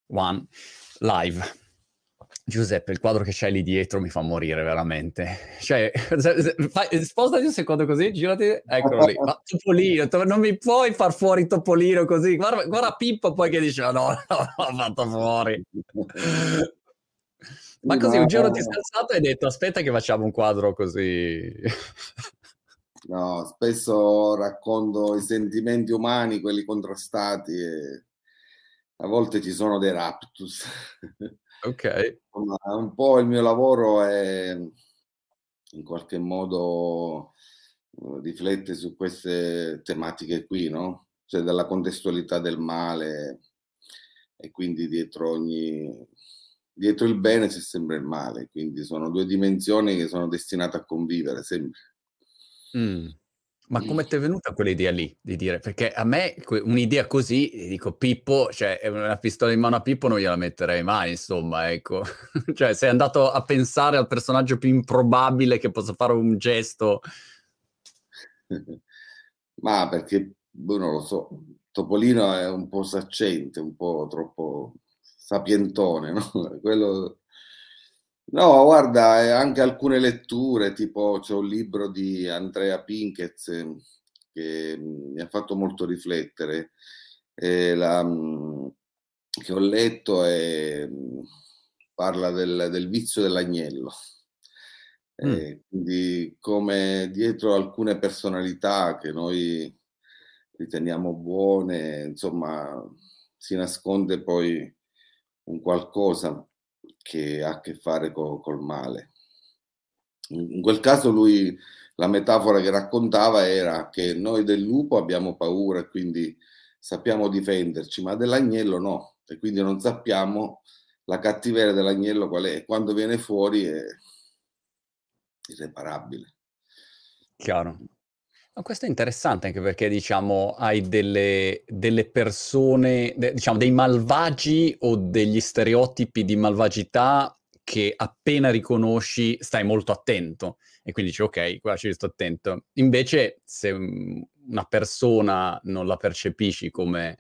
one, live. Giuseppe, il quadro che c'hai lì dietro mi fa morire veramente. Cioè, spostati un secondo così, girati, eccolo lì. Ma Topolino, non mi puoi far fuori Topolino così. Guarda Pippo poi che dice, no, l'ho fatto fuori. Ma così un giorno ti sei alzato e hai detto, aspetta che facciamo un quadro così. No, spesso racconto i sentimenti umani, quelli contrastati, e a volte ci sono dei raptus. Ok. Ma un po' il mio lavoro è in qualche modo riflette su queste tematiche qui, no? Cioè della contestualità del male, e quindi dietro il bene c'è sempre il male, quindi sono due dimensioni che sono destinate a convivere sempre. Ma come ti è venuta quell'idea lì di dire? Perché a me un'idea così, dico Pippo, cioè una pistola in mano a Pippo non gliela metterei mai, insomma, ecco. Cioè sei andato a pensare al personaggio più improbabile che possa fare un gesto. Ma perché, non lo so, Topolino è un po' saccente, un po' troppo sapientone, no? Quello... No, guarda, anche alcune letture, tipo c'è un libro di Andrea Pinkez che mi ha fatto molto riflettere, che ho letto, e parla del vizio dell'agnello. Quindi come dietro alcune personalità che noi riteniamo buone, insomma, si nasconde poi un qualcosa che ha a che fare col male. In quel caso lui, la metafora che raccontava era che noi del lupo abbiamo paura e quindi sappiamo difenderci, ma dell'agnello no, e quindi non sappiamo la cattiveria dell'agnello qual è, e quando viene fuori è irreparabile. Chiaro. Ma questo è interessante anche perché, diciamo, hai delle persone, diciamo, dei malvagi o degli stereotipi di malvagità che appena riconosci stai molto attento e quindi dici, ok, qua ci sto attento. Invece, se una persona non la percepisci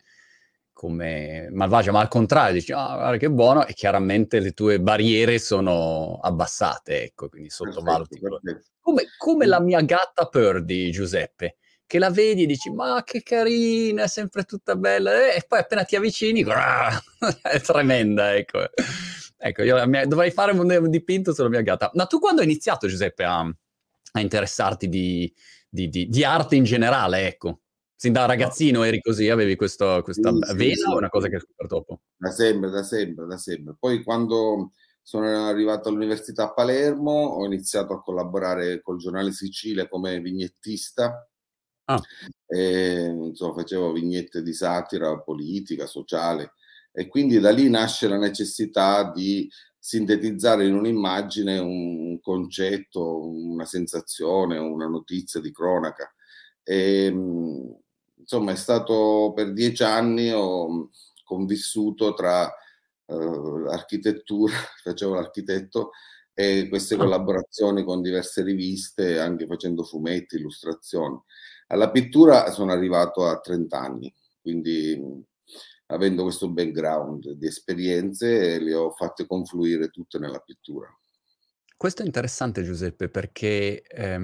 come malvagia, ma al contrario, dici, ah, guarda che buono, e chiaramente le tue barriere sono abbassate, ecco, quindi Perfetto, sottovaluti quello. perfetto. Come la mia gatta Purdy, Giuseppe, che la vedi e dici, ma che carina, è sempre tutta bella, e poi appena ti avvicini, è tremenda, ecco. Ecco, io dovrei fare un dipinto sulla mia gatta. Ma tu quando hai iniziato, Giuseppe, a interessarti di arte in generale, ecco? Sin da ragazzino eri così, avevi questa Sì, sì, vena o è sì, una cosa che hai scoperto dopo? da sempre, da sempre, da sempre. Poi quando sono arrivato all'università a Palermo ho iniziato a collaborare col giornale Sicilia come vignettista, Ah, e insomma facevo vignette di satira politica, sociale, e quindi da lì nasce la necessità di sintetizzare in un'immagine un concetto, una sensazione, una notizia di cronaca. E, insomma, è stato per 10 anni ho convissuto tra l'architettura, facevo l'architetto, e queste ah. collaborazioni con diverse riviste, anche facendo fumetti, illustrazioni. Alla pittura sono arrivato a 30 anni, quindi avendo questo background di esperienze, le ho fatte confluire tutte nella pittura. Questo è interessante, Giuseppe, perché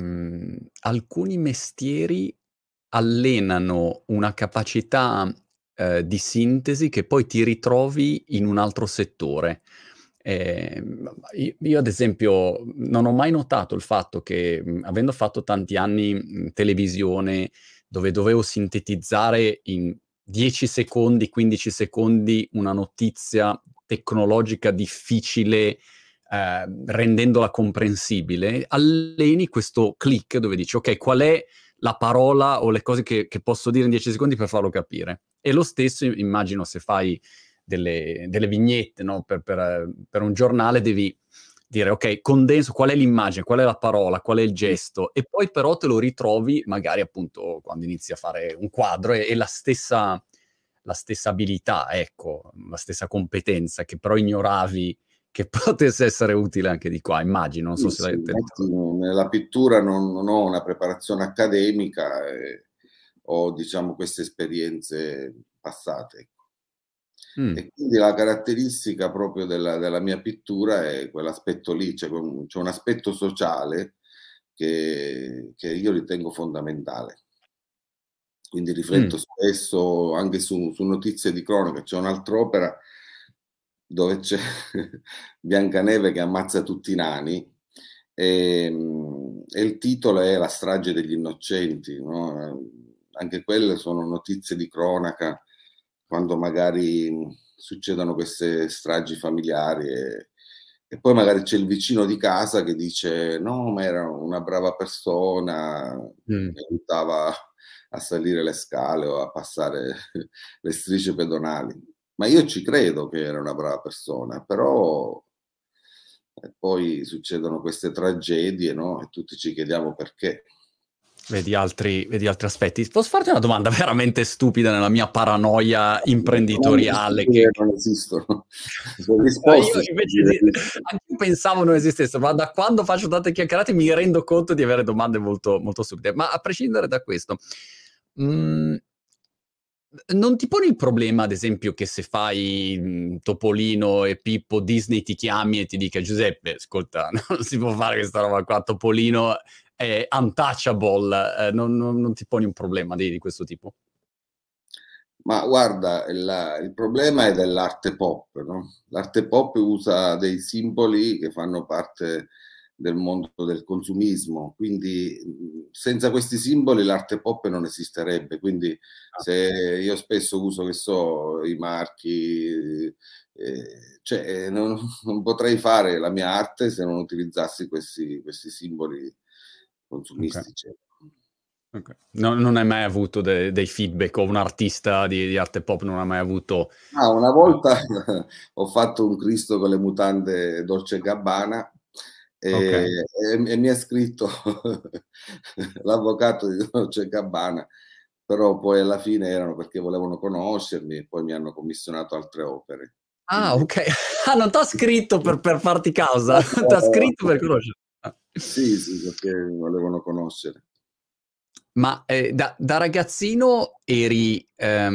alcuni mestieri allenano una capacità di sintesi che poi ti ritrovi in un altro settore. Io ad esempio non ho mai notato il fatto che, avendo fatto tanti anni televisione, dove dovevo sintetizzare in 10 secondi, 15 secondi una notizia tecnologica difficile, rendendola comprensibile, alleni questo click dove dici: "Okay, qual è la parola o le cose che posso dire in 10 secondi per farlo capire?" E lo stesso immagino se fai delle vignette, no, per un giornale devi dire: "Okay, condenso qual è l'immagine, qual è la parola, qual è il gesto", e poi però te lo ritrovi magari appunto quando inizi a fare un quadro e la stessa abilità, ecco, la stessa competenza che però ignoravi che potesse essere utile anche di qua, immagino, non so Sì, se sì, l'hai te infatti nella pittura non ho una preparazione accademica, ho diciamo queste esperienze passate, ecco. Mh, E quindi la caratteristica proprio della mia pittura è quell'aspetto lì, c'è un aspetto sociale che io ritengo fondamentale. Quindi mh, rifletto spesso anche su notizie di cronaca. C'è un'altr'opera dove c'è Biancaneve che ammazza tutti i nani, e il titolo è La strage degli innocenti, no? Anche quelle sono notizie di cronaca, quando magari succedono queste stragi familiari e poi magari c'è il vicino di casa che dice no, ma era una brava persona, mh. mi aiutava a salire le scale o a passare le strisce pedonali. Ma io ci credo che era una brava persona, però poi succedono queste tragedie, no? E tutti ci chiediamo perché. Vedi altri aspetti. Posso farti una domanda veramente stupida nella mia paranoia Domande imprenditoriale stupide che non esistono. Le io risposte invece di stupide. anch'io pensavo non esistessero, ma da quando faccio tante chiacchierate mi rendo conto di avere domande molto, molto stupide. Ma a prescindere da questo, mhmm, non ti poni il problema, ad esempio, che se fai, Topolino e Pippo, Disney ti chiami e ti dica: "Giuseppe, ascolta, non si può fare questa roba qua, Topolino è untouchable", non ti poni un problema di questo tipo? Ma guarda, il problema è dell'arte pop, no? L'arte pop usa dei simboli che fanno parte del mondo del consumismo, quindi senza questi simboli l'arte pop non esisterebbe. Quindi Ah, se io spesso uso, che so, i marchi, non potrei fare la mia arte se non utilizzassi questi simboli okay. consumistici. Okay. Non hai mai avuto dei feedback o un artista di arte pop non ha mai avuto Ah, una volta ho fatto un Cristo con le mutande Dolce& Gabbana, okay. e mi ha scritto l'avvocato di Dolce& Gabbana, però poi alla fine erano perché volevano conoscermi e poi mi hanno commissionato altre opere. Ah, Quindi okay. Ah, non t'ha scritto per farti causa, t'ha scritto per conoscerti. Ah. sì, sì, perché mi volevano conoscere. Ma, da ragazzino eri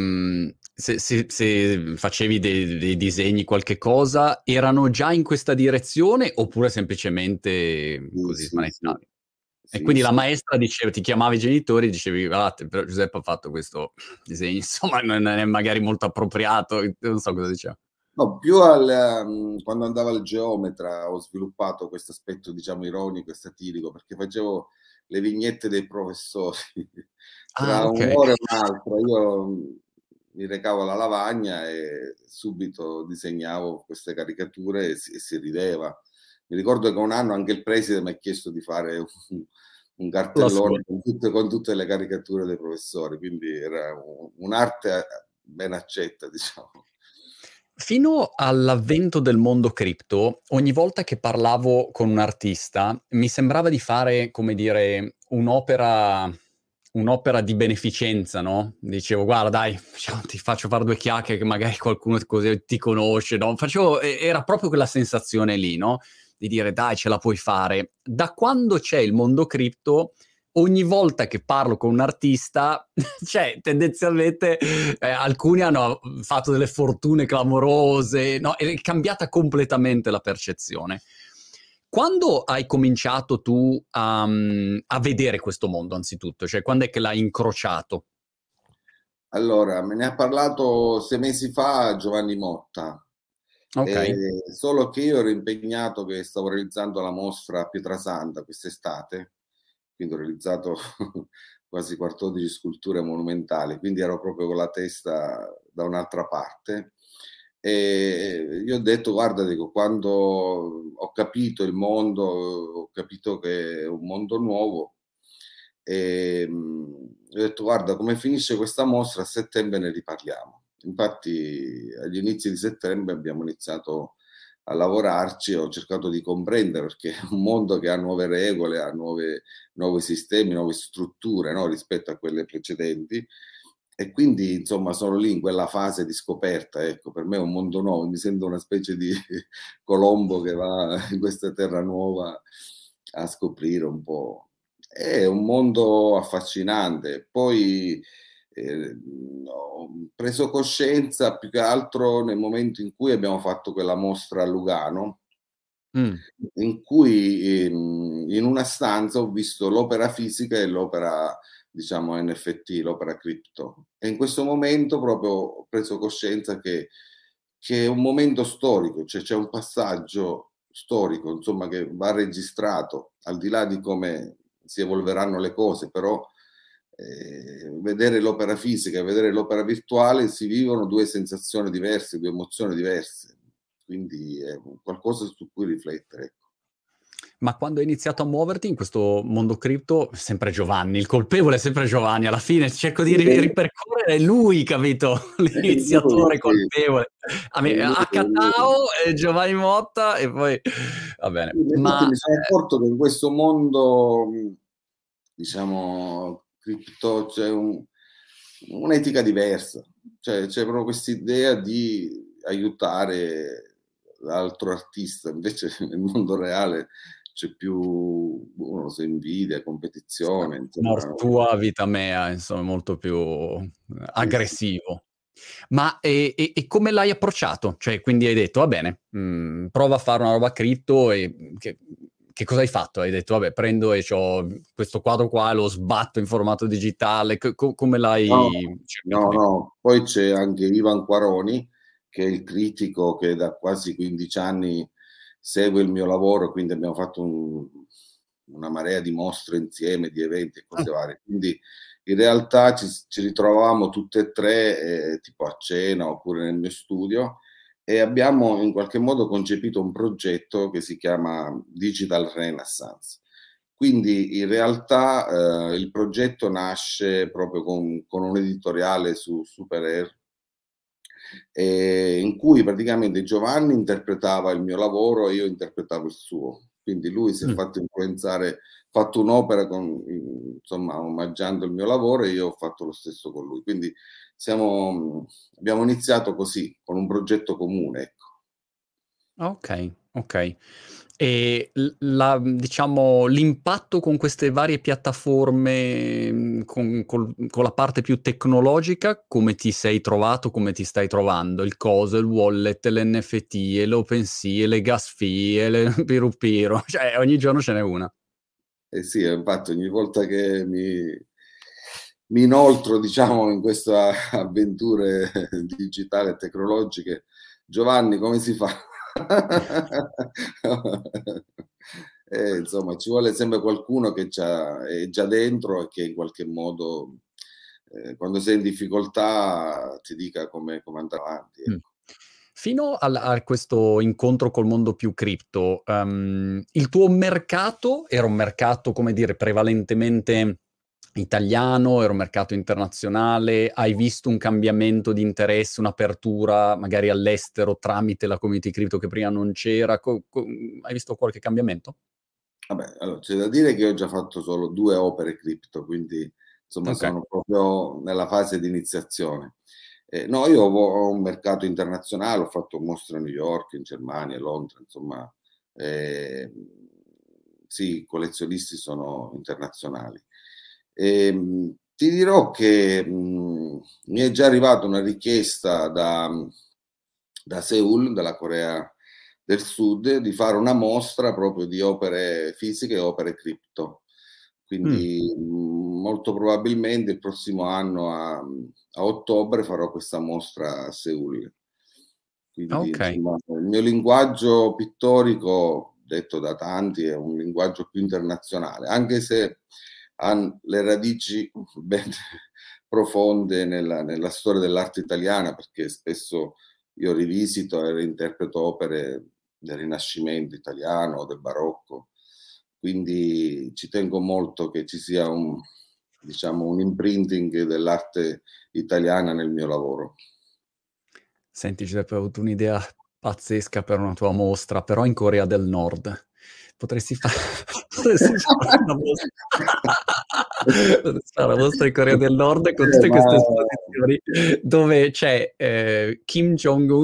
se facevi dei disegni, qualche cosa, erano già in questa direzione oppure semplicemente Sì, così sì, sì. smanettavi? E Sì, quindi la sì. maestra diceva ti chiamava i genitori e dicevi: "Guardate, però Giuseppe ha fatto questo disegno, insomma non è magari molto appropriato", non so cosa diceva. No, più quando andavo al geometra ho sviluppato questo aspetto, diciamo, ironico e satirico, perché facevo le vignette dei professori. Ah, Tra okay. un'ora e un'altra io, mi recavo alla lavagna e subito disegnavo queste caricature e si rideva. Mi ricordo che un anno anche il preside m'ha chiesto di fare un La sua. cartellone con tutte le caricature dei professori, quindi era un'arte, ben accetta, diciamo. Fino all'avvento del mondo cripto, ogni volta che parlavo con un artista, mi sembrava di fare, come dire, un'opera di beneficenza, no, dicevo: "Guarda dai, diciamo ti faccio fare 2 chiacchiere che magari qualcuno così ti conosce", no, era proprio quella sensazione lì, no, di dire: "Dai, ce la puoi fare". Da quando c'è il mondo cripto, ogni volta che parlo con un artista, cioè tendenzialmente alcuni hanno fatto delle fortune clamorose, no, è cambiata completamente la percezione. Quando hai cominciato tu a vedere questo mondo anzitutto? Cioè quand'è che l'hai incrociato? Allora, me ne ha parlato 6 mesi fa Giovanni Motta, Okay. solo che io ero impegnato che stavo realizzando la mostra a Pietrasanta quest'estate, quindi ho realizzato quasi 14 sculture monumentali, quindi ero proprio con la testa da un'altra parte. Gli ho detto: "Guarda", dico, "quando ho capito il mondo, ho capito che è un mondo nuovo, gli ho detto: "Guarda, come finisce questa mostra a settembre ne riparliamo". Infatti agli inizi di settembre abbiamo iniziato a lavorarci, ho cercato di comprendere, perché è un mondo che ha nuove regole, ha nuovi sistemi, nuove strutture, no, rispetto a quelle precedenti. E quindi insomma sono lì in quella fase di scoperta, ecco. Per me è un mondo nuovo, mi sento una specie di Colombo che va in questa terra nuova a scoprire un po'. È un mondo affascinante. Poi Ho preso coscienza più che altro nel momento in cui abbiamo fatto quella mostra a Lugano, Mh. in cui, in una stanza ho visto l'opera fisica e l'opera, diciamo, NFT, l'opera cripto. E in questo momento proprio ho preso coscienza che è un momento storico, cioè c'è un passaggio storico, insomma, che va registrato, al di là di come si evolveranno le cose, però vedere l'opera fisica e vedere l'opera virtuale si vivono due sensazioni diverse, due emozioni diverse, quindi è qualcosa su cui riflettere, ecco. Ma quando hai iniziato a muoverti in questo mondo cripto, sempre Giovanni, il colpevole è sempre Giovanni, alla fine cerco di ripercorrere, è lui, capito, È lui, l'iniziatore sì, colpevole. A è me lui, è lui. Akatao e Giovanni Motta e poi va bene. Sì, infatti Ma mi sono accorto che in questo mondo, diciamo, cripto c'è un'etica diversa, cioè c'è proprio quest'idea di aiutare l'altro artista, invece nel mondo reale c'è più, non lo so, invidia, competizione, insomma. morte tua, vita mea, insomma molto più Sì, sì. aggressivo. Ma, e come l'hai approcciato? Cioè, quindi hai detto: "Va bene, prova a fare una roba cripto", e, che cosa hai fatto? Hai detto: "Vabbè, prendo e c'ho questo quadro qua e lo sbatto in formato digitale", come No, l'hai cercato no, di no. Poi c'è anche Ivan Quaroni, che è il critico che da quasi 15 anni segue il mio lavoro, quindi abbiamo fatto una marea di mostre insieme, di eventi e ah, cose varie. Quindi in realtà ci ritrovavamo tutte e tre, tipo a cena oppure nel mio studio, e abbiamo in qualche modo concepito un progetto che si chiama Digital Renaissance. Quindi in realtà il progetto nasce proprio con un editoriale su Super Air, in cui praticamente Giovanni interpretava il mio lavoro e io interpretavo il suo. Quindi lui si è mh. fatto influenzare, fatto un'opera con, insomma, omaggiando il mio lavoro, e io ho fatto lo stesso con lui. Quindi abbiamo iniziato così, con un progetto comune, ecco. Okay, okay. E diciamo, l'impatto con queste varie piattaforme, con la parte più tecnologica, come ti sei trovato, come ti stai trovando? Il coso, il wallet, l'NFT, e l'OpenSea, e le gas fee, e le Piru, cioè ogni giorno ce n'è una. Eh sì, infatti ogni volta che mi inoltro, diciamo, in queste avventure digitali e tecnologiche, Giovanni, come si fa? Insomma, ci vuole sempre qualcuno che è già dentro e che in qualche modo, quando sei in difficoltà, ti dica come andare avanti, Mh. ecco. Fino a questo incontro col mondo più cripto, il tuo mercato era un mercato, come dire, prevalentemente italiano, era un mercato internazionale? Hai visto un cambiamento di interesse, un'apertura magari all'estero tramite la community cripto che prima non c'era? Hai visto qualche cambiamento? Vabbè, allora c'è da dire che ho già fatto solo 2 opere cripto, quindi insomma Okay. sono proprio nella fase di iniziazione. No, io ho un mercato internazionale, ho fatto mostre a New York, in Germania, Londra, insomma, ehm, sì, i collezionisti sono internazionali. Ti dirò che, mi è già arrivata una richiesta da Seoul, dalla Corea del Sud, di fare una mostra proprio di opere fisiche e opere cripto. Mh, Quindi, molto probabilmente il prossimo anno a ottobre farò questa mostra a Seoul. Quindi okay. insomma il mio linguaggio pittorico, detto da tanti, è un linguaggio più internazionale, anche se han le radici ben profonde nella storia dell'arte italiana, perché spesso io rivisito e reinterpreto opere del Rinascimento italiano, del Barocco, quindi ci tengo molto che ci sia diciamo, un imprinting dell'arte italiana nel mio lavoro. Senti Giuseppe, ho avuto un'idea pazzesca per una tua mostra, però in Corea del Nord. Potresti fa potresti fare una mostra potresti fare una mostra in Corea del Nord con tutte Ma queste esposizioni dove c'è, Kim Jong-un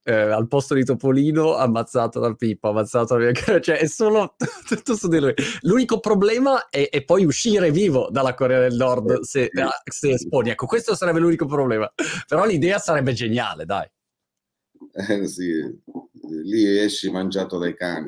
al posto di Topolino ammazzato da Pippo, ammazzato da... cioè è solo tutto su di lui. L'unico problema è poi uscire vivo dalla Corea del Nord se esponi. Ecco, questo sarebbe l'unico problema. Però l'idea sarebbe geniale, dai. Sì, lì esci mangiato dai cani.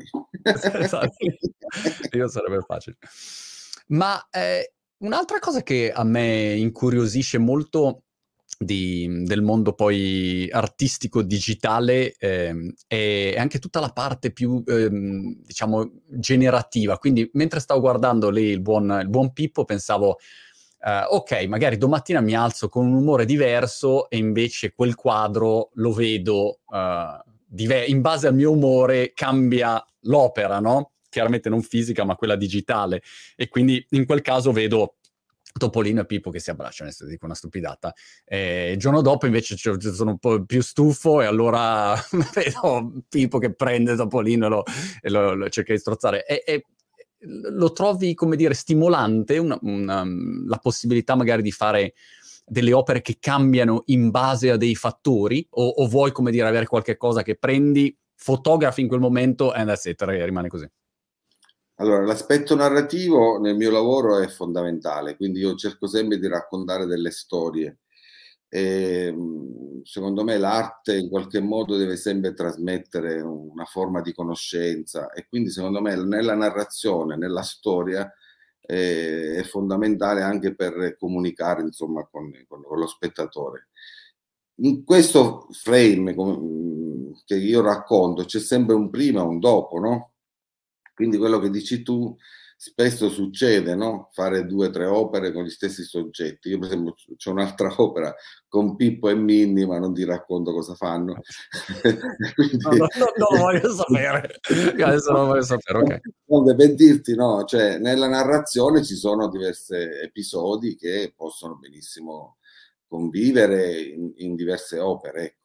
Io sarebbe facile. Ma un'altra cosa che a me incuriosisce molto del mondo poi artistico digitale è anche tutta la parte più diciamo generativa. Quindi mentre stavo guardando lì il buon Pippo pensavo ok, magari domattina mi alzo con un umore diverso e invece quel quadro lo vedo in base al mio umore cambia l'opera, no? Chiaramente non fisica ma quella digitale, e quindi in quel caso vedo Topolino e Pippo che si abbracciano, adesso dico una stupidata. Il giorno dopo invece sono un po' più stufo e allora vedo Pippo che prende Topolino e lo cerca di strozzare. Lo trovi, come dire, stimolante la possibilità magari di fare delle opere che cambiano in base a dei fattori, o vuoi, come dire, avere qualche cosa che prendi, fotografi in quel momento e that's it, rimane così? Allora, l'aspetto narrativo nel mio lavoro è fondamentale, quindi io cerco sempre di raccontare delle storie. E, secondo me l'arte in qualche modo deve sempre trasmettere una forma di conoscenza, e quindi secondo me nella narrazione, nella storia, è fondamentale anche per comunicare, insomma, con lo spettatore. In questo frame che io racconto c'è sempre un prima e un dopo, no? Quindi quello che dici tu spesso succede, no? Fare 2 o 3 opere con gli stessi soggetti. Io per esempio c'è un'altra opera con Pippo e Minnie, ma non ti racconto cosa fanno. Quindi... no, lo voglio sapere. Adesso non lo voglio sapere, ok. Per dirti, no, cioè nella narrazione ci sono diversi episodi che possono benissimo convivere in diverse opere, ecco.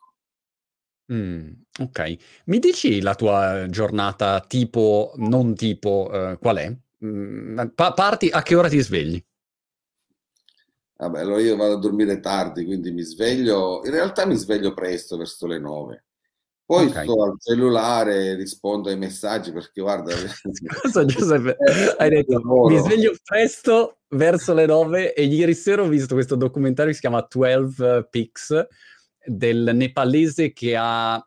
Ok. Mi dici la tua giornata tipo, non tipo, qual è? Parti, a che ora ti svegli? Vabbè, allora io vado a dormire tardi, quindi mi sveglio, in realtà mi sveglio presto, verso le 9. Poi Ok. sto al cellulare, rispondo ai messaggi perché guarda, Scusa Giuseppe, hai detto mi sveglio presto verso le 9 e ieri sera ho visto questo documentario che si chiama 12 Peaks del nepalese che ha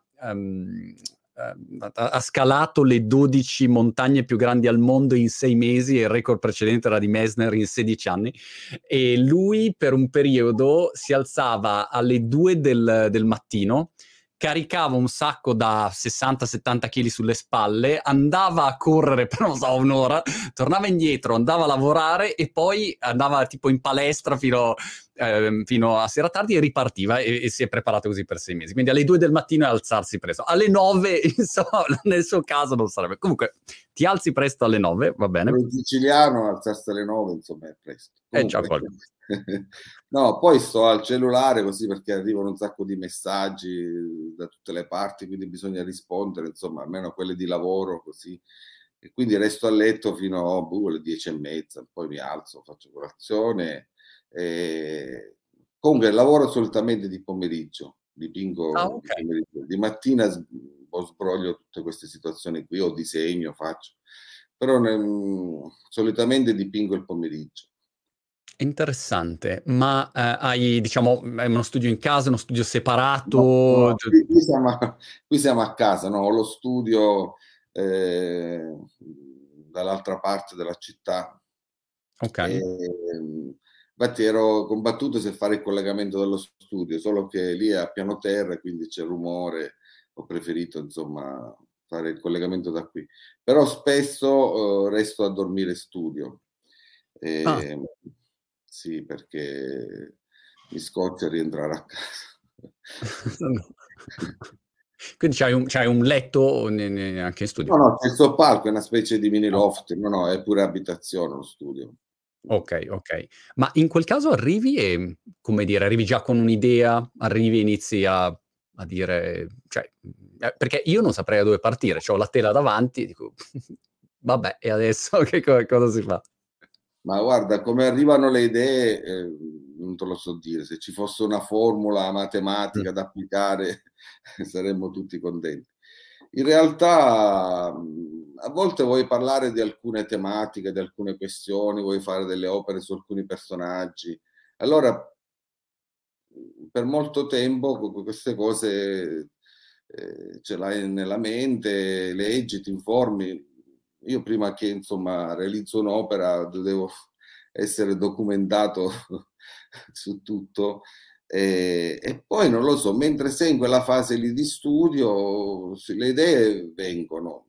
scalato le 12 montagne più grandi al mondo in 6 mesi, e il record precedente era di Messner in 16 anni, e lui per un periodo si alzava alle 2 del mattino, caricava un sacco da 60-70 kg sulle spalle, andava a correre per, non so, un'ora, tornava indietro, andava a lavorare e poi andava tipo in palestra fino a sera tardi e ripartiva, e si è preparato così per 6 mesi. Quindi alle 2 del mattino e alzarsi presto. Alle 9, insomma, nel suo caso non sarebbe. Comunque, ti alzi presto alle 9, va bene. Per un siciliano alzarsi alle 9, insomma, è presto. È già Comunque, qualcosa. no, poi sto al cellulare così perché arrivano un sacco di messaggi da tutte le parti, quindi bisogna rispondere, insomma, almeno quelli di lavoro, così. E quindi resto a letto fino alle 10:30, poi mi alzo, faccio colazione. E... Comunque lavoro solitamente di pomeriggio, dipingo di Ok. pomeriggio. Di mattina sbroglio tutte queste situazioni qui, o disegno, faccio. Però solitamente dipingo il pomeriggio. Interessante, ma hai, diciamo, hai uno studio in casa, uno studio separato? No, qui siamo a casa, no? Ho lo studio dall'altra parte della città. Ok. Infatti ero combattuto se fare il collegamento dello studio, solo che lì è a piano terra, quindi c'è rumore. Ho preferito, insomma, fare il collegamento da qui. Però spesso resto a dormire in studio. Ah. Sì, perché mi scoccia rientrare a casa. Quindi c'hai un letto anche in studio? No, c'è il soppalco, è una specie di mini loft. No, è pure abitazione lo studio. Ok. Ma in quel caso arrivi e, come dire, arrivi già con un'idea, arrivi e inizi a dire, cioè, perché io non saprei da dove partire, c'ho la tela davanti, dico, vabbè, e adesso cosa si fa? Ma guarda, come arrivano le idee, non te lo so dire. Se ci fosse una formula Mh. matematica da applicare saremmo tutti contenti. In realtà, a volte vuoi parlare di alcune tematiche, di alcune questioni, vuoi fare delle opere su alcuni personaggi. Allora, per molto tempo queste cose, ce l'hai nella mente, leggi, ti informi. Io prima che insomma realizzo un'opera devo essere documentato su tutto e poi non lo so, mentre sei in quella fase lì di studio, le idee vengono.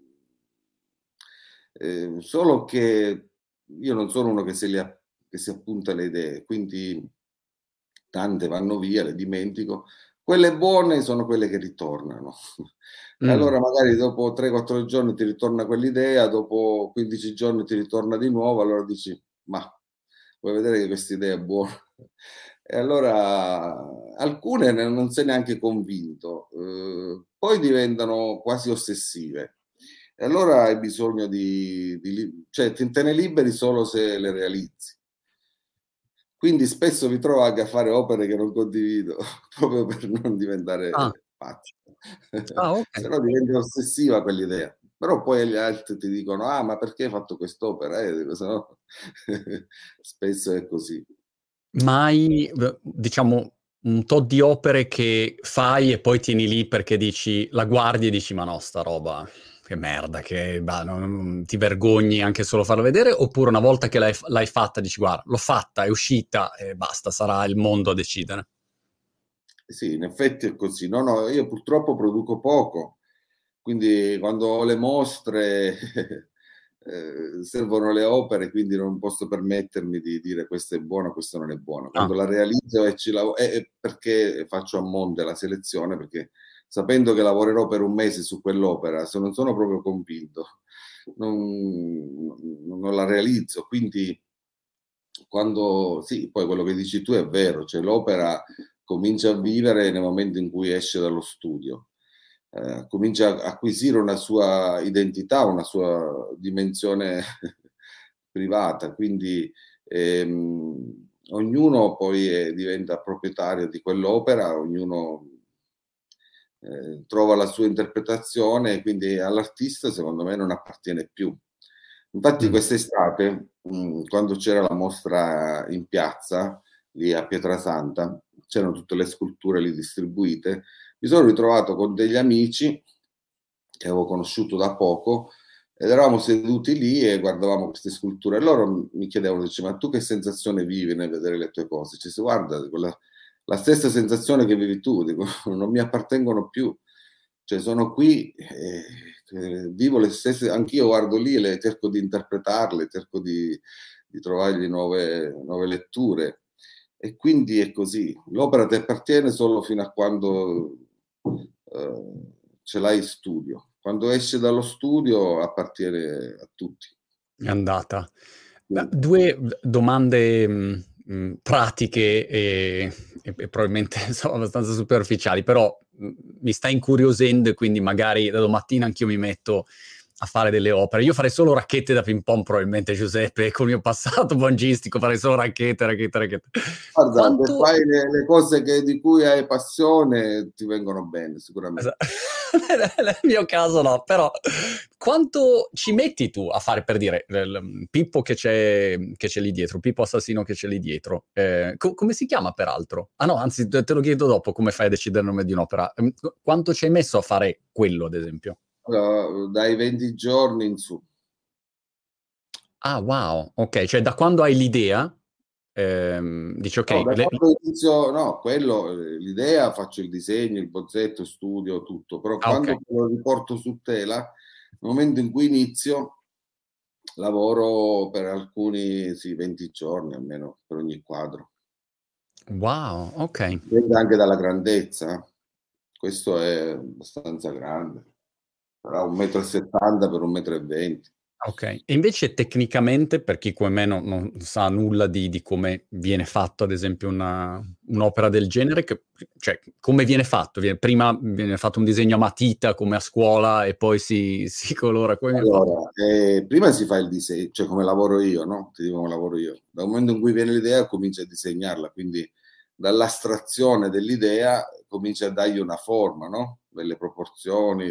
Solo che io non sono uno che si appunta le idee, quindi tante vanno via, le dimentico. Quelle buone sono quelle che ritornano. E Mh. allora magari dopo 3-4 giorni ti ritorna quell'idea, dopo 15 giorni ti ritorna di nuovo, allora dici: "Mah, vuoi vedere che quest'idea è buona?" E allora alcune non sei neanche convinto, poi diventano quasi ossessive. E allora hai bisogno cioè te ne liberi solo se le realizzi. Quindi spesso mi trovo anche a fare opere che non condivido, proprio per non Ah, diventare pazzo. okay. Se no diventa ossessiva quell'idea. Però poi gli altri ti dicono: "Ah, ma perché hai fatto quest'opera?" Dico: "Se no" spesso è così. Ma hai diciamo un tot di opere che fai e poi tieni lì perché dici la guardi e dici: "Ma no, sta roba che merda, che bah, non ti vergogni anche solo a farlo vedere", oppure una volta che l'hai fatta dici: "Guarda, l'ho fatta, è uscita e basta, sarà il mondo a decidere"? Sì, in effetti è così. No, no, io purtroppo produco poco, quindi quando ho le mostre servono le opere, quindi non posso permettermi di dire questa è buona, questa non è buona. Ah, Quando la realizzo e è perché faccio a monte la selezione, perché sapendo che lavorerò per un mese su quell'opera, se non sono proprio convinto, non la realizzo. Quindi quando sì, poi quello che dici tu è vero, cioè l'opera comincia a vivere nel momento in cui esce dallo studio, comincia a acquisire una sua identità, una sua dimensione privata, quindi ognuno poi diventa proprietario di quell'opera, ognuno trova la sua interpretazione, quindi all'artista secondo me non appartiene più. Infatti mh, quest'estate, quando c'era la mostra in piazza, lì a Pietrasanta, c'erano tutte le sculture lì distribuite, mi sono ritrovato con degli amici che avevo conosciuto da poco ed eravamo seduti lì e guardavamo queste sculture e loro mi chiedevano, dice, ma tu che sensazione vivi nel vedere le tue cose? Ci si guarda, la stessa sensazione che vivi tu, dico, non mi appartengono più, cioè sono qui, vivo le stesse, anch'io guardo lì e le cerco di interpretarle, cerco di trovargli nuove letture. E quindi è così, l'opera ti appartiene solo fino a quando ce l'hai in studio. Quando esce dallo studio appartiene a tutti. è andata. Sì. 2 domande, pratiche e probabilmente sono abbastanza superficiali, però, mi sta incuriosendo e quindi magari da domattina anch'io mi metto a fare delle opere. Io farei solo racchette da ping pong probabilmente, Giuseppe, col mio passato bangistico farei solo racchette, racchette, racchette. Guarda, se Quanto fai le cose di cui hai passione, ti vengono bene, esa sicuramente. nel mio caso no, però quanto ci metti tu a fare, per dire, Pippo che c'è lì dietro, Pippo Assassino che c'è lì dietro, come si chiama peraltro? Ah no, anzi te lo chiedo dopo come fai a decidere il nome di un'opera. Quanto ci hai messo a fare quello, ad esempio? Allora, dai 20 giorni in su. Ah wow, okay, cioè da quando hai l'idea, dici: No, "Okay, da le" quando inizio no, quello, l'idea, faccio il disegno, il bozzetto, studio tutto, però ah okay. quando lo riporto su tela, nel momento in cui inizio, lavoro per alcuni sì, 20 giorni almeno per ogni quadro. Wow, okay. Dipende anche dalla grandezza. Questo è abbastanza grande, sarà 1,70 m per 1,20 m. Ok, e invece tecnicamente, per chi come me non sa nulla di come viene fatto, ad esempio, un'opera del genere, cioè, come viene fatto? Prima viene fatto un disegno a matita, come a scuola, e poi si colora, come viene fatto? Allora, prima si fa il disegno, cioè come lavoro io, no? Ti dico come lavoro io. Dal momento in cui viene l'idea, cominci a disegnarla, quindi dall'astrazione dell'idea cominci a dargli una forma, no? Delle proporzioni,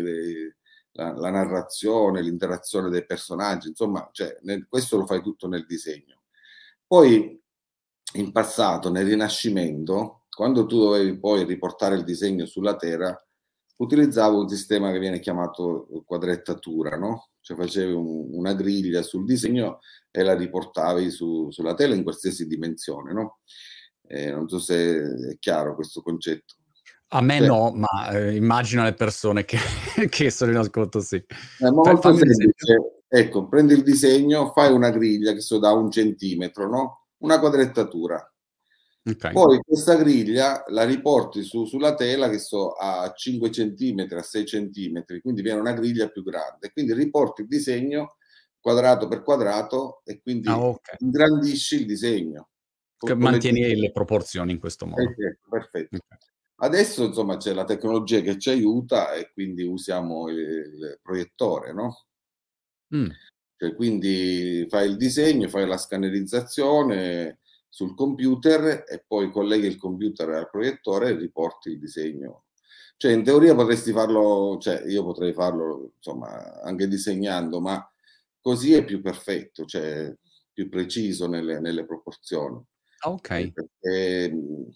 la narrazione, l'interazione dei personaggi, insomma, cioè, questo lo fai tutto nel disegno. Poi, in passato, nel Rinascimento, quando tu dovevi poi riportare il disegno sulla terra, utilizzavo un sistema che viene chiamato quadrettatura, no? Cioè facevi una griglia sul disegno e la riportavi sulla tela in qualsiasi dimensione, no? Non so se è chiaro questo concetto. A me Cioè, no, ma immagino le persone che, che sono in ascolto, sì. è molto Fammi un esempio. semplice. Ecco, prendi il disegno, fai una griglia che so da 1 centimetro, no? Una quadrettatura. Ok. Poi questa griglia la riporti sulla tela che so a 5 centimetri, a 6 centimetri, quindi viene una griglia più grande. Quindi riporti il disegno quadrato per quadrato e Ah, quindi ok. ingrandisci il disegno Che con le mantieni le proporzioni in questo modo. ecco, perfetto. Ok. Adesso insomma c'è la tecnologia che ci aiuta e quindi usiamo il proiettore, no? Mm. Cioè, quindi fai il disegno, fai la scannerizzazione sul computer e poi colleghi il computer al proiettore e riporti il disegno. Cioè, in teoria potresti farlo, cioè io potrei farlo, insomma, anche disegnando, ma così è più perfetto, cioè più preciso nelle proporzioni. Ah, ok. Perché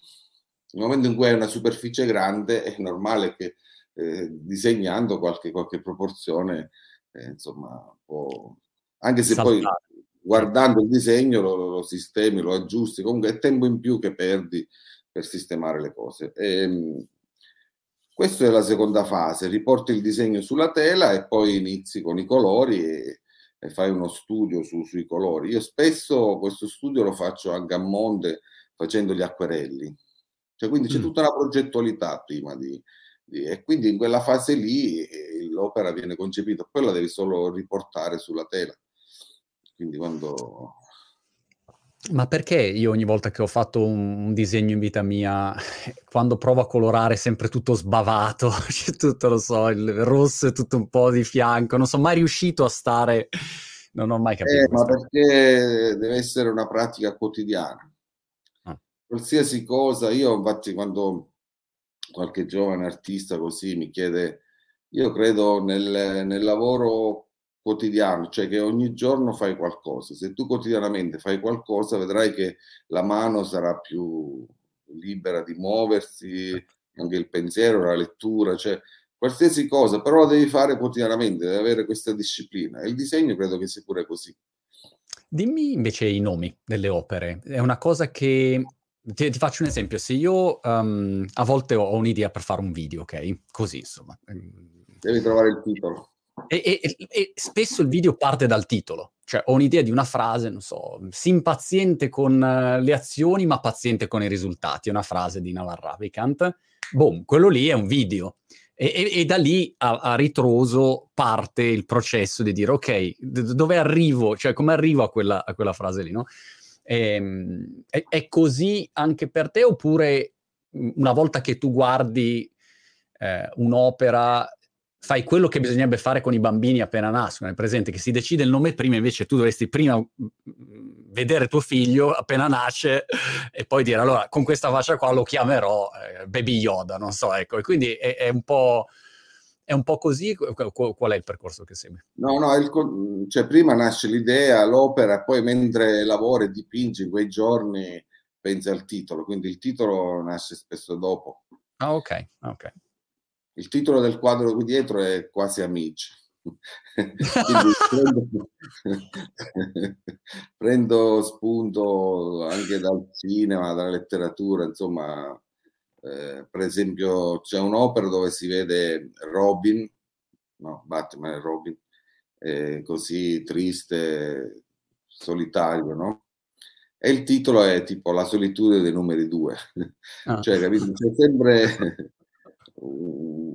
nel momento in cui hai una superficie grande è normale che disegnando qualche proporzione, insomma, può, anche se poi Saltare. Certo. guardando il disegno lo sistemi, lo aggiusti, comunque è tempo in più che perdi per sistemare le cose. Questa è la seconda fase, riporti il disegno sulla tela e poi inizi con i colori e fai uno studio sui colori. Io spesso questo studio lo faccio anche a monte facendo gli acquerelli. Cioè, quindi c'è Mm. tutta una progettualità prima e quindi in quella fase lì l'opera viene concepita, poi la devi solo riportare sulla tela. Quindi quando... Ma perché io ogni volta che ho fatto un disegno in vita mia, quando provo a colorare è sempre tutto sbavato, c'è tutto, lo so, il rosso è tutto un po' di fianco, non sono mai riuscito a stare, non ho mai capito Ma questa cosa. perché deve essere una pratica quotidiana. Ah. Qualsiasi cosa, io infatti quando qualche giovane artista così mi chiede, io credo nel lavoro quotidiano, cioè che ogni giorno fai qualcosa. Se tu quotidianamente fai qualcosa, vedrai che la mano sarà più libera di muoversi, anche il pensiero, la lettura, cioè qualsiasi cosa, però la devi fare quotidianamente, devi avere questa disciplina. E il disegno credo che sia pure così. Dimmi invece i nomi delle opere. È una cosa che... Ti faccio un esempio. Se io a volte ho un'idea per fare un video, ok? Così, insomma. Devi trovare il titolo. E spesso il video parte dal titolo. Cioè, ho un'idea di una frase, non so, sii impaziente con le azioni, ma paziente con i risultati. È una frase di Naval Ravikant. Boom, quello lì è un video. E da lì a ritroso parte il processo di dire, ok, dove arrivo? Cioè, come arrivo a quella frase lì, no? È così anche per te, oppure una volta che tu guardi un'opera, fai quello che bisognerebbe fare con i bambini appena nascono? È presente che si decide il nome prima, invece tu dovresti prima vedere tuo figlio appena nasce e poi dire, allora, con questa faccia qua lo chiamerò Baby Yoda, non so, ecco. E quindi è un po'... È un po' così. Qual è il percorso che segui? No, no, cioè prima nasce l'idea, l'opera, poi mentre lavori e dipingi in quei giorni pensi al titolo, quindi il titolo nasce spesso dopo. Ah, ok, ok. Il titolo del quadro qui dietro è Quasi amici. Quindi prendo spunto anche dal cinema, dalla letteratura, insomma, per esempio c'è un'opera dove si vede Robin, no, Batman e Robin, così triste, solitario, no? E il titolo è tipo La solitudine dei numeri due. Ah. Cioè, capito? C'è sempre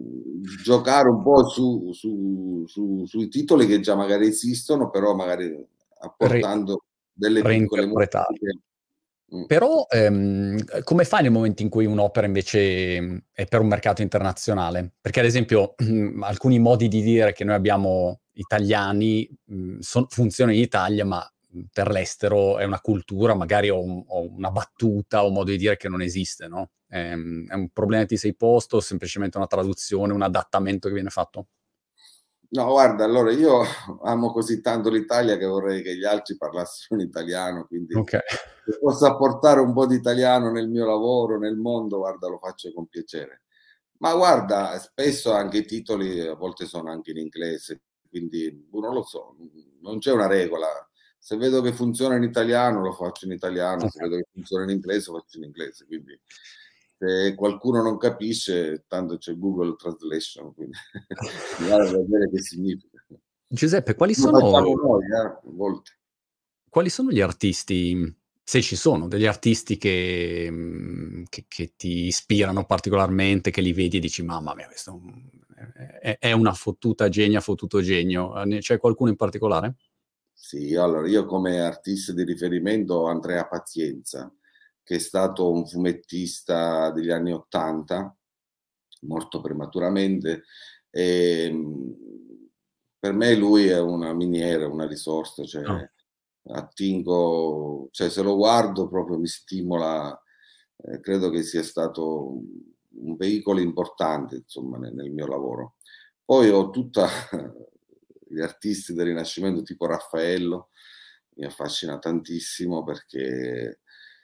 giocare un po' sui titoli che già magari esistono, però magari Re apportando delle piccole reinterpretare. modifiche. Però, come fai nel momento in cui un'opera invece, è per un mercato internazionale? Perché ad esempio, alcuni modi di dire che noi abbiamo italiani, funzionano in Italia, ma, per l'estero è una cultura, magari o una battuta, o un modo di dire che non esiste, no, è un problema che ti sei posto o semplicemente una traduzione, un adattamento che viene fatto? No, guarda, allora io amo così tanto l'Italia che vorrei che gli altri parlassero in italiano, quindi Okay. se posso apportare un po' di italiano nel mio lavoro, nel mondo, guarda, lo faccio con piacere. Ma guarda, spesso anche i titoli a volte sono anche in inglese, quindi non lo so, non c'è una regola. Se vedo che funziona in italiano lo faccio in italiano, se Okay. vedo che funziona in inglese lo faccio in inglese. Quindi se qualcuno non capisce, tanto c'è Google Translation, quindi mi vale a vedere che significa. Giuseppe, Lo facciamo noi, a volte. quali sono gli artisti, se ci sono, degli artisti che che ti ispirano particolarmente, che li vedi e dici: "Mamma mia, questo, è una fottuta genia, fottuto genio." Ne c'è qualcuno in particolare? Sì, allora io come artista di riferimento ho Andrea Pazienza, che è stato un fumettista degli anni '80, morto prematuramente. ehm, per me lui è una miniera, una risorsa, Ah, cioè attingo, cioè se lo guardo proprio mi stimola, credo che sia stato un veicolo importante insomma nel mio lavoro. Poi ho tutta gli artisti del Rinascimento tipo Raffaello, mi affascina tantissimo perché,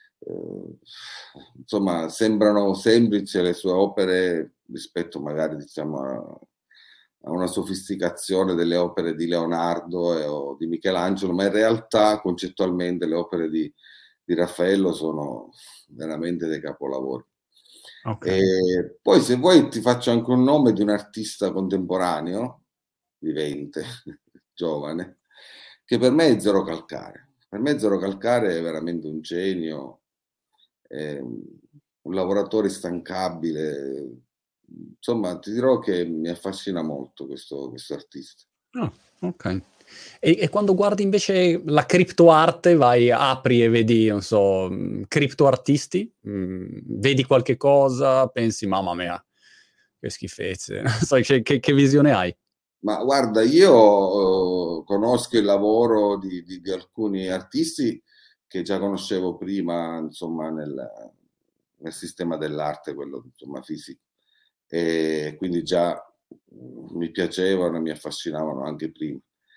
insomma sembrano semplici le sue opere rispetto magari diciamo a una sofisticazione delle opere di Leonardo o di Michelangelo, ma in realtà concettualmente le opere di Raffaello sono veramente dei capolavori. okay. Poi se vuoi ti faccio anche un nome di un artista contemporaneo, vivente, giovane, che per me è Zero Calcare. Per me Zero Calcare è veramente un genio, ehm, un lavoratore instancabile. Insomma, ti dirò che mi affascina molto questo artista. Ah, okay. E quando guardi invece la criptoarte, apri e vedi, non so, criptoartisti, vedi qualche cosa, pensi: "Mamma mia, che schifezze." Non so, che visione hai? Ma guarda, io, conosco il lavoro di alcuni artisti che già conoscevo prima, insomma, nel sistema dell'arte, quello insomma fisico. Quindi già, mi piacevano e mi affascinavano anche prima.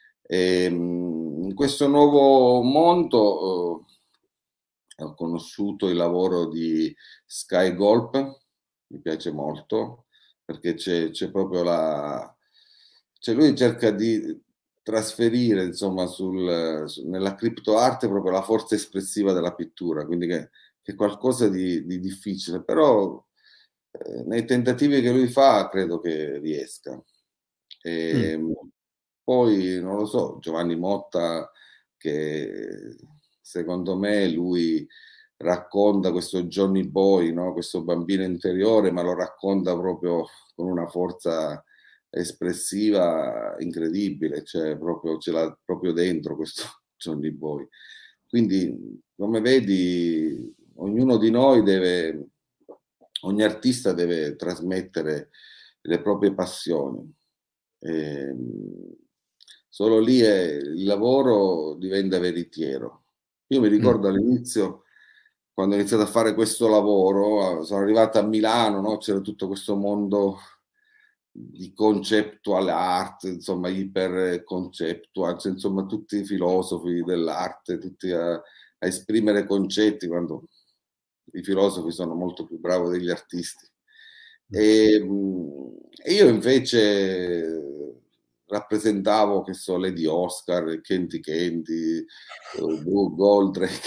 In questo nuovo mondo, ho conosciuto il lavoro di Sky Golp, mi piace molto, perché c'è proprio cioè lui cerca di trasferire insomma nella criptoarte proprio la forza espressiva della pittura, quindi che è qualcosa di difficile, però nei tentativi che lui fa credo che riesca. Mh. Ehm, Poi non lo so, Giovanni Motta, che secondo me lui racconta questo Johnny Boy, no, questo bambino interiore, ma lo racconta proprio con una forza espressiva incredibile, cioè proprio ce l'ha proprio dentro questo Johnny Boy. Quindi, come vedi, ognuno di noi deve, ogni artista deve trasmettere le proprie passioni. Ehm, Solo lì il lavoro diventa veritiero. Io mi Mh. ricordo all'inizio, quando ho iniziato a fare questo lavoro, sono arrivato a Milano, no? C'era tutto questo mondo di conceptual art, insomma, iper conceptual, cioè, insomma, tutti i filosofi dell'arte, tutti a esprimere concetti, quando i filosofi sono molto più bravi degli artisti. E io invece rappresentavo, che so, Lady Oscar, Kenty Kenty, Goldrake.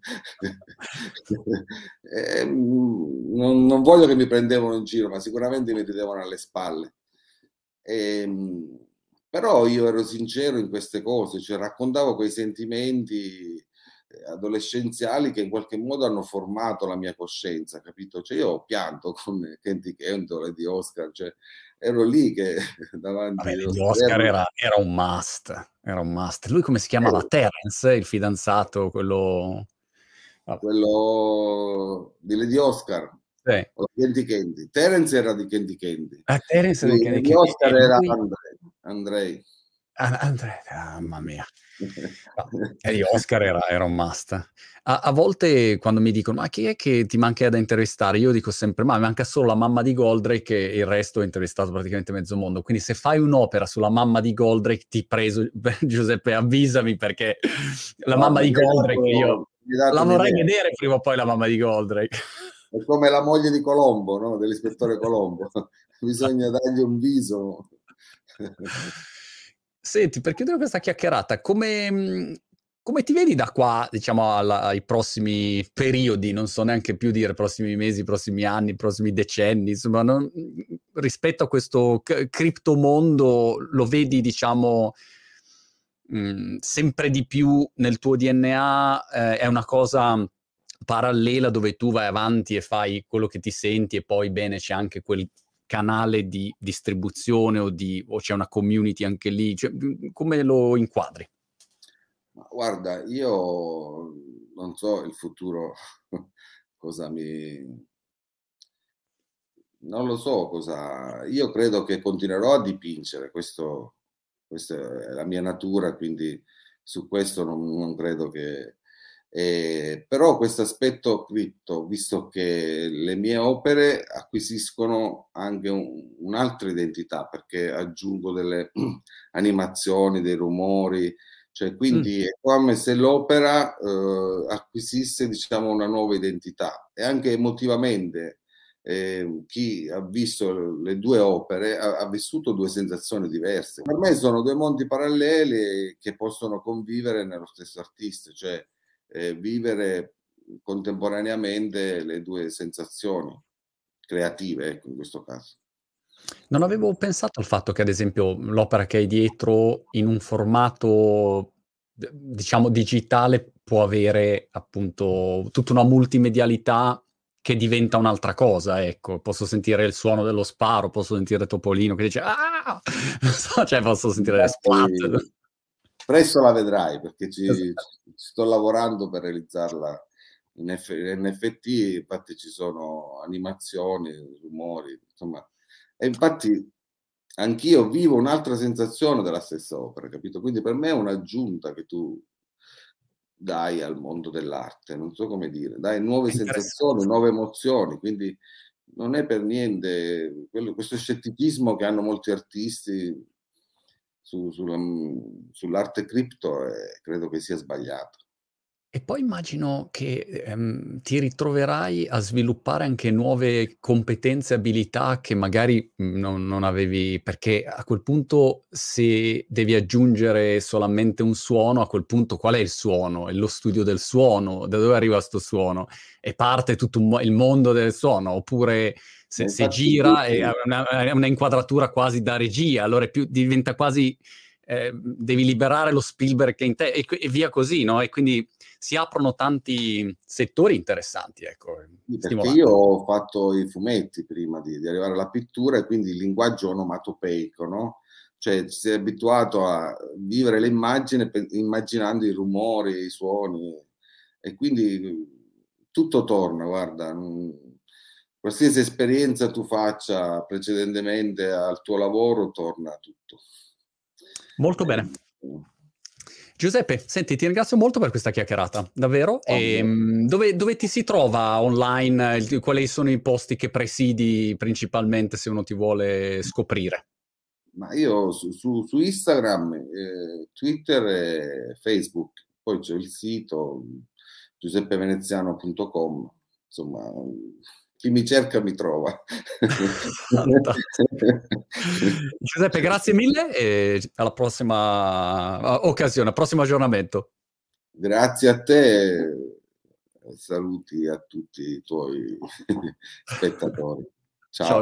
Non voglio che mi prendevano in giro, ma sicuramente mi ridevano alle spalle. Ehm, Però io ero sincero in queste cose, cioè raccontavo quei sentimenti adolescenziali che in qualche modo hanno formato la mia coscienza, capito? Cioè io ho pianto con Kenty Kenty o Lady Oscar, cioè, ero lì che davanti Vabbè, allo degli Oscar schermo. era un must, era un must. Lui come si chiamava? Eh, Terence, il fidanzato, quello... Vabbè, quello di Lady Oscar sì. o di Candy Candy. Terence era di Candy Candy. Terence era di Kenny Lady Kenny, e Oscar era lui... Andrei. Andrea, mamma mia. No, gli Oscar era un must. A volte quando mi dicono: "Ma chi è che ti manca da intervistare?" Io dico sempre: "Ma manca solo la mamma di Goldrake e il resto ho intervistato praticamente mezzo mondo." Quindi se fai un'opera sulla mamma di Goldrake, ti preso Giuseppe, avvisami perché la mamma Guarda, di Goldrake io mi hai dato la vorrei un'idea. vedere prima o poi la mamma di Goldrake. È come la moglie di Colombo, no? Dell'ispettore Colombo. Bisogna dargli un viso. Senti, per chiudere questa chiacchierata, come ti vedi da qua, diciamo, ai prossimi periodi, non so neanche più dire prossimi mesi, prossimi anni, prossimi decenni, insomma, rispetto a questo criptomondo, lo vedi, diciamo, sempre di più nel tuo DNA, è una cosa parallela dove tu vai avanti e fai quello che ti senti e poi bene c'è anche quel canale di distribuzione o c'è una community anche lì, cioè, come lo inquadri? Ma guarda, io non so il futuro cosa mi... Non lo so cosa... Io credo che continuerò a dipingere, questa è la mia natura, quindi su questo non credo che... però questo aspetto cripto, visto che le mie opere acquisiscono anche un'altra identità, perché aggiungo delle animazioni, dei rumori, cioè Mm. quindi è come se l'opera acquisisse, diciamo, una nuova identità e anche emotivamente chi ha visto le due opere ha vissuto due sensazioni diverse. Per me sono due mondi paralleli che possono convivere nello stesso artista, cioè vivere contemporaneamente le due sensazioni creative, ecco, in questo caso. Non avevo pensato al fatto che, ad esempio, l'opera che hai dietro in un formato, diciamo, digitale può avere appunto tutta una multimedialità che diventa un'altra cosa, ecco. Posso sentire il suono dello sparo, posso sentire Topolino che dice "Ah!" Non so, cioè posso sentire le splat. Infatti, presto la vedrai perché Esatto. ci sto lavorando per realizzarla in NFT, infatti ci sono animazioni, rumori, insomma. E infatti anch'io vivo un'altra sensazione della stessa opera, capito? Quindi per me è un'aggiunta che tu dai al mondo dell'arte, non so come dire, dai nuove È sensazioni, interessante. nuove emozioni, quindi non è per niente questo scetticismo che hanno molti artisti sull'arte cripto, credo che sia sbagliato. E poi immagino che, ti ritroverai a sviluppare anche nuove competenze e abilità che magari, non avevi perché a quel punto se devi aggiungere solamente un suono, a quel punto qual è il suono? È lo studio del suono, da dove arriva 'sto suono? E parte tutto il mondo del suono, oppure Ma se infatti gira è una inquadratura quasi da regia, allora è più diventa quasi devi liberare lo Spielberg che è in te e via così, no, e quindi si aprono tanti settori interessanti, ecco, sì, perché io stimolanti. ho fatto i fumetti prima di arrivare alla pittura e quindi il linguaggio onomatopeico, no? Cioè ci sei abituato a vivere l'immagine immaginando i rumori, i suoni e quindi tutto torna, guarda, qualsiasi esperienza tu faccia precedentemente al tuo lavoro torna tutto. Molto Eh, bene. Giuseppe, senti, ti ringrazio molto per questa chiacchierata, davvero. guarda, Dove ti si trova online? Quali sono i posti che presidi principalmente se uno ti vuole scoprire? ma io su Instagram, Twitter e Facebook, poi c'è il sito giuseppeveneziano.com, insomma, chi mi cerca mi trova. Fantastico. Giuseppe, grazie mille e alla prossima occasione, al prossimo aggiornamento. Grazie a te, saluti a tutti i tuoi spettatori. Ciao. Ciao.